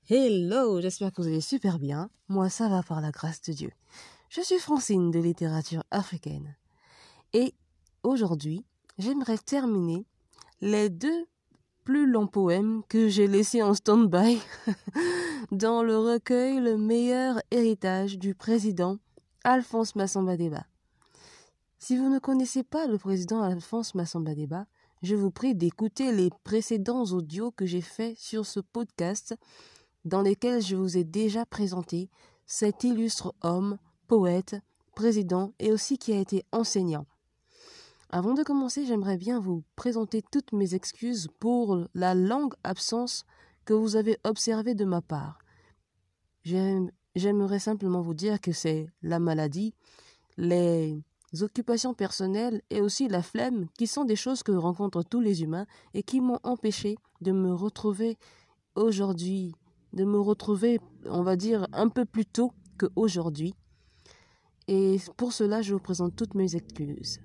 Hello, j'espère que vous allez super bien. Moi, ça va par la grâce de Dieu. Je suis Francine de littérature africaine. Et aujourd'hui, j'aimerais terminer les 2 plus longs poèmes que j'ai laissés en stand-by dans le recueil Le meilleur héritage du président Alphonse Massamba Deba. Si vous ne connaissez pas le président Alphonse Massamba Deba, je vous prie d'écouter les précédents audios que j'ai faits sur ce podcast dans lesquels je vous ai déjà présenté cet illustre homme, poète, président et aussi qui a été enseignant. Avant de commencer, j'aimerais bien vous présenter toutes mes excuses pour la longue absence que vous avez observée de ma part. J'aimerais simplement vous dire que c'est la maladie, les occupations personnelles et aussi la flemme qui sont des choses que rencontrent tous les humains et qui m'ont empêché de me retrouver aujourd'hui, on va dire, un peu plus tôt qu'aujourd'hui. Et pour cela, je vous présente toutes mes excuses.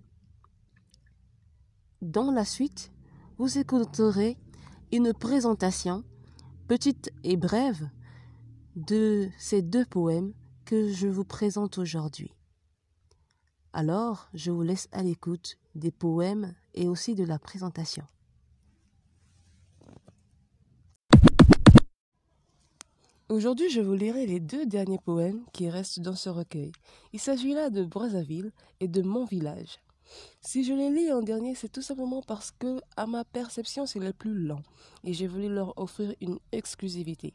Dans la suite, vous écouterez une présentation, petite et brève, de ces 2 poèmes que je vous présente aujourd'hui. Alors, je vous laisse à l'écoute des poèmes et aussi de la présentation. Aujourd'hui, je vous lirai les 2 derniers poèmes qui restent dans ce recueil. Il s'agit là de Brazzaville et de Mon village. Si je les lis en dernier, c'est tout simplement parce que, à ma perception, c'est le plus lent et j'ai voulu leur offrir une exclusivité.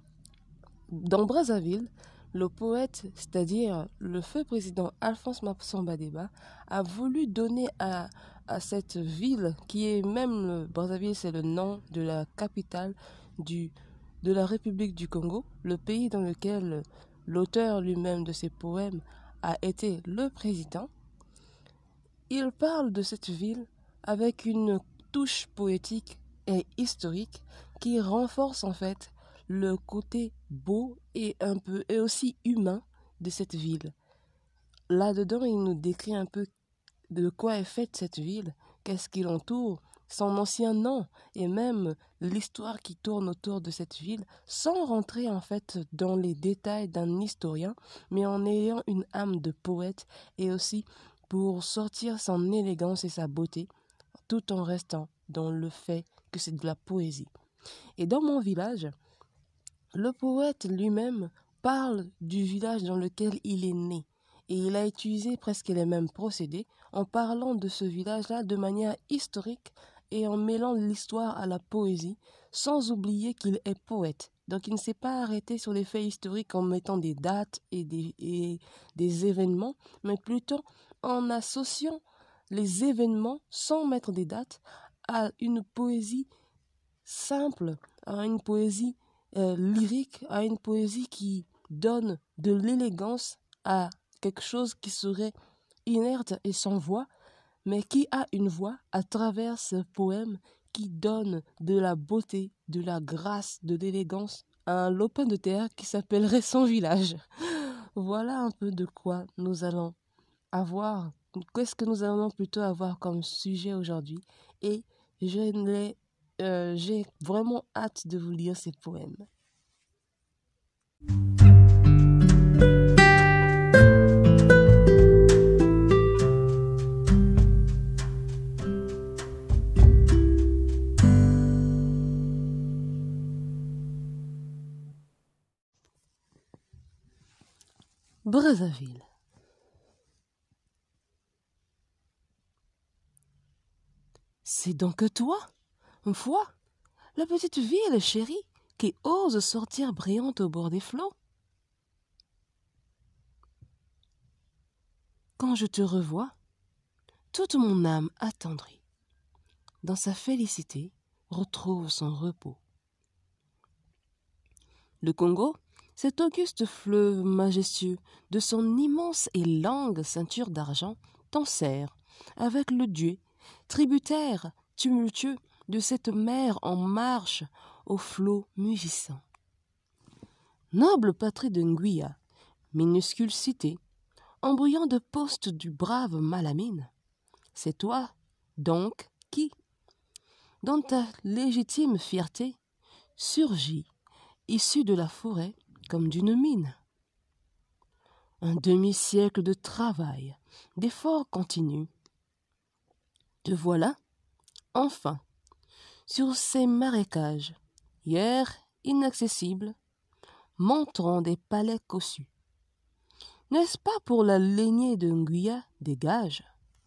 Dans Brazzaville, le poète, c'est-à-dire le feu président Alphonse Massamba Deba, a voulu donner à cette ville, qui est même, Brazzaville, c'est le nom de la capitale de la République du Congo, le pays dans lequel l'auteur lui-même de ces poèmes a été le président. Il parle de cette ville avec une touche poétique et historique qui renforce en fait le côté beau et aussi humain de cette ville. Là-dedans, il nous décrit un peu de quoi est faite cette ville, qu'est-ce qui l'entoure, son ancien nom et même l'histoire qui tourne autour de cette ville, sans rentrer en fait dans les détails d'un historien, mais en ayant une âme de poète et aussi pour sortir son élégance et sa beauté, tout en restant dans le fait que c'est de la poésie. Et dans Mon village, le poète lui-même parle du village dans lequel il est né, et il a utilisé presque les mêmes procédés en parlant de ce village-là de manière historique et en mêlant l'histoire à la poésie, sans oublier qu'il est poète. Donc il ne s'est pas arrêté sur les faits historiques en mettant des dates et des événements, mais plutôt en associant les événements sans mettre des dates à une poésie simple, à une poésie lyrique, à une poésie qui donne de l'élégance à quelque chose qui serait inerte et sans voix, mais qui a une voix à travers ce poème qui donne de la beauté, de la grâce, de l'élégance à un lopin de terre qui s'appellerait Son village. Voilà un peu de quoi nous allons avoir, qu'est-ce que nous allons plutôt avoir comme sujet aujourd'hui. Et j'ai vraiment hâte de vous lire ces poèmes. Brazzaville. C'est donc toi, foi, la petite ville chérie qui ose sortir brillante au bord des flots. Quand je te revois, toute mon âme attendrie, dans sa félicité, retrouve son repos. Le Congo, cet auguste fleuve majestueux, de son immense et longue ceinture d'argent, t'enserre avec le Dieu, tributaire tumultueux de cette mer en marche aux flots mugissants. Noble patrie de Nguia, minuscule cité, embrayant de postes du brave Malamine, c'est toi, donc, qui, dans ta légitime fierté, surgit issus de la forêt comme d'une mine. Un demi-siècle de travail, d'efforts continus. Te voilà, enfin, sur ces marécages, hier inaccessibles, montrant des palais cossus. N'est-ce pas pour la lignée de Nguya des gages?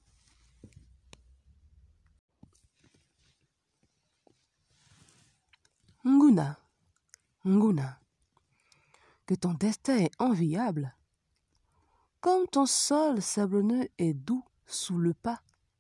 Nguna, Nguna, que ton destin est enviable, comme ton sol sablonneux est doux sous le pas.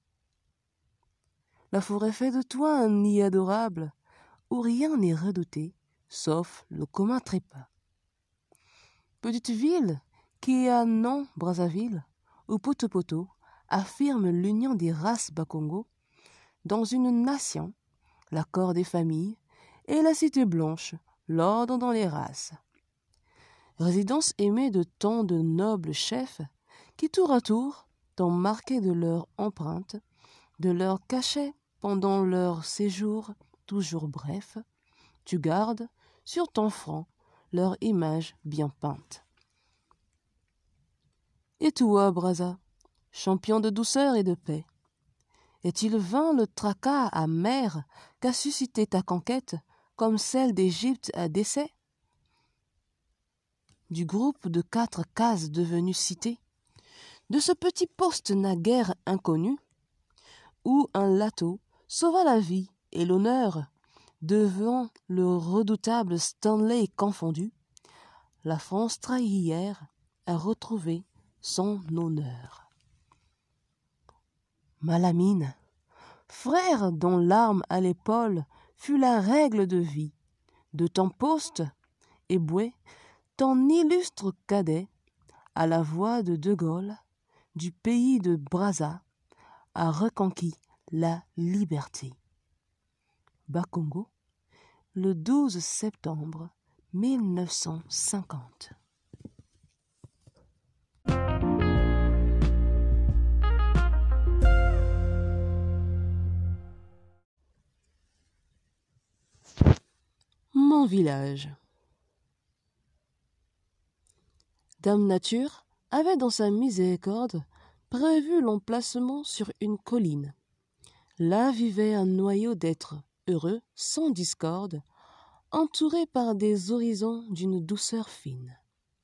La forêt fait de toi un nid adorable, où rien n'est redouté, sauf le commun trépas. Petite ville qui a nom Brazzaville, où Poto affirme l'union des races Bakongo dans une nation, l'accord des familles et la cité blanche, l'ordre dans les races. Résidence aimée de tant de nobles chefs qui tour à tour t'ont marqué de leur empreinte, de leur cachet pendant leur séjour toujours bref, tu gardes sur ton front leur image bien peinte. Et toi, Brazza, champion de douceur et de paix, est-il vain le tracas amer qu'a suscité ta conquête, comme celle d'Égypte à décès? Du groupe de 4 cases devenues cités, de ce petit poste naguère inconnu, où un lato sauva la vie et l'honneur devant le redoutable Stanley confondu, la France trahie hier a retrouvé son honneur. Malamine, frère dont l'arme à l'épaule fut la règle de vie, de ton poste, éboué, ton illustre cadet, à la voix de Gaulle, du pays de Brazza, a reconquis la liberté. Bakongo, le 12 septembre 1950. Mon village. Dame Nature avait dans sa miséricorde prévu l'emplacement sur une colline. Là vivait un noyau d'êtres heureux, sans discorde, entourés par des horizons d'une douceur fine.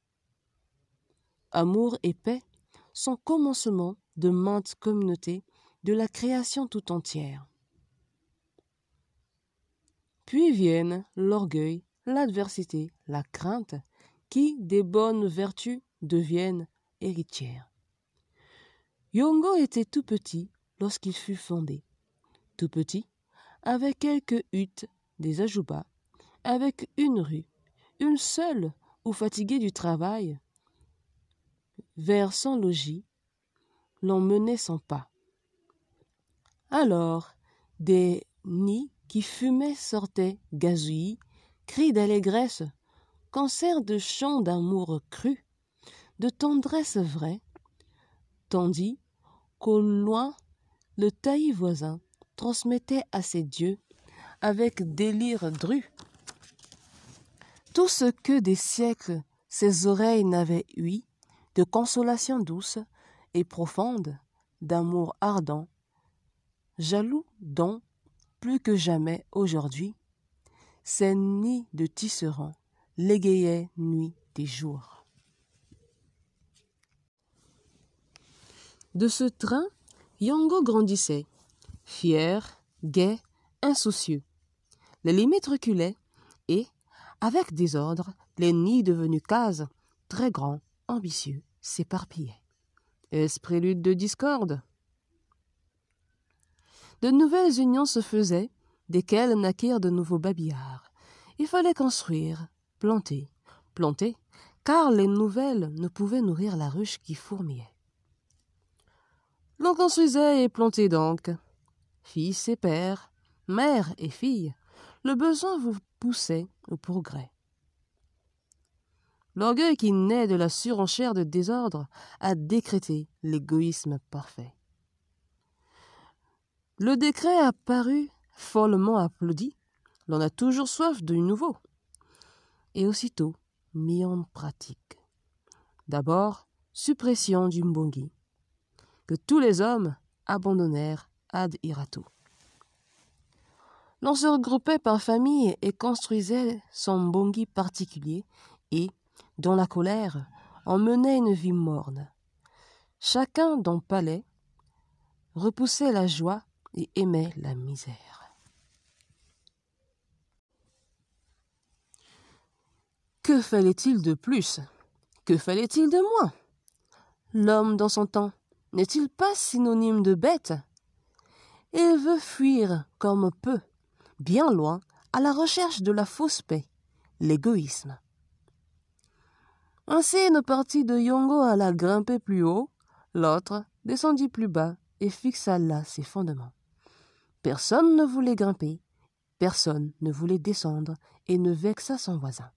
Amour et paix sont commencement de maintes communautés de la création tout entière. Puis viennent l'orgueil, l'adversité, la crainte, qui des bonnes vertus deviennent héritières. Yongo était tout petit lorsqu'il fut fondé. Tout petit, avec quelques huttes, des ajoupas, avec une rue, une seule où, fatigué du travail, vers son logis, l'on menait son pas. Alors, des nids qui fumaient sortaient, gazouillis, cris d'allégresse, concerts de chants d'amour cru, de tendresse vraie, tandis qu'au loin, le taillis voisin transmettait à ses dieux, avec délire dru, tout ce que des siècles ses oreilles n'avaient ouï, de consolation douce et profonde, d'amour ardent, jaloux dont, plus que jamais aujourd'hui, ces nids de tisserands l'égayaient nuit et jour. De ce train, Yongo grandissait, fier, gai, insoucieux. Les limites reculaient et, avec désordre, les nids devenus cases, très grands, ambitieux, s'éparpillaient. Est-ce prélude de discorde? De nouvelles unions se faisaient, desquelles naquirent de nouveaux babillards. Il fallait construire, planter, car les nouvelles ne pouvaient nourrir la ruche qui fourmillait. L'on construisait et plantait donc. Fils et père, mère et fille, le besoin vous poussait au progrès. L'orgueil qui naît de la surenchère de désordre a décrété l'égoïsme parfait. Le décret a paru follement applaudi. L'on a toujours soif du nouveau. et aussitôt mis en pratique. D'abord, suppression du mbongi, que tous les hommes abandonnèrent ad irato. L'on se regroupait par famille et construisait son mbongi particulier et, dans la colère, on menait une vie morne. Chacun dans le palais repoussait la joie et aimait la misère. Que fallait-il de plus? Que fallait-il de moins? L'homme dans son temps n'est-il pas synonyme de bête? Il veut fuir comme peut, bien loin, à la recherche de la fausse paix, l'égoïsme. Ainsi, une partie de Yongo alla grimper plus haut, l'autre descendit plus bas et fixa là ses fondements. Personne ne voulait grimper, personne ne voulait descendre et ne vexa son voisin.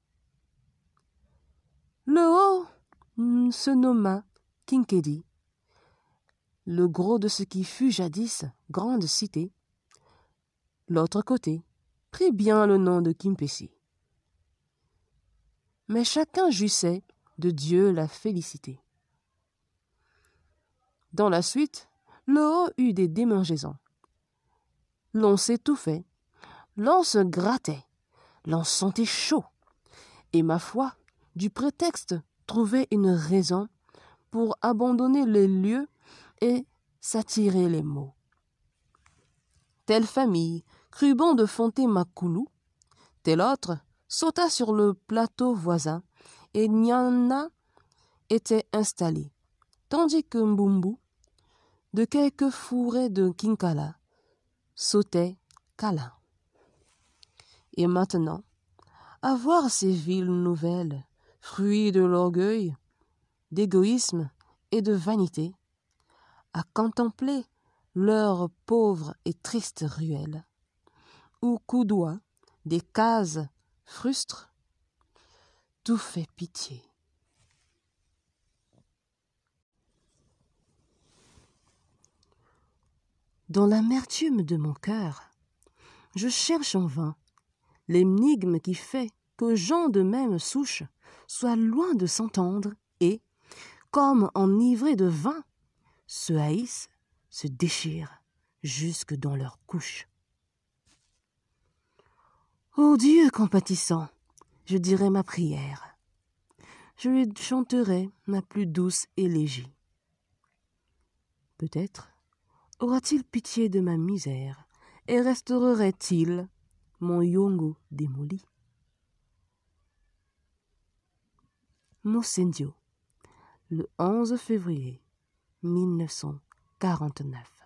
Le haut se nomma Kinkedi, le gros de ce qui fut jadis grande cité. L'autre côté prit bien le nom de Kimpesi. Mais chacun jouissait de Dieu la félicité. Dans la suite, le haut eut des démangeaisons. L'on s'étouffait, l'on se grattait, l'on sentait chaud, et ma foi, du prétexte trouvait une raison pour abandonner les lieux et s'attirer les maux. Telle famille crut bon de fonder Makulu, telle autre sauta sur le plateau voisin et Nyana était installé, tandis que Mbumbu, de quelques fourrés de Kinkala, sautait Kala. Et maintenant, à voir ces villes nouvelles, fruits de l'orgueil, d'égoïsme et de vanité, à contempler leurs pauvres et tristes ruelles, où coudoient des cases frustres, tout fait pitié. Dans l'amertume de mon cœur, je cherche en vain l'énigme qui fait que gens de même souche soient loin de s'entendre et, comme enivrés de vin, se haïssent, se déchirent jusque dans leurs couches. Ô Dieu compatissant, je dirai ma prière. Je lui chanterai ma plus douce élégie. Peut-être aura-t-il pitié de ma misère et restaurerait-il mon Yongo démoli. Mosendio, le 11 février 1949.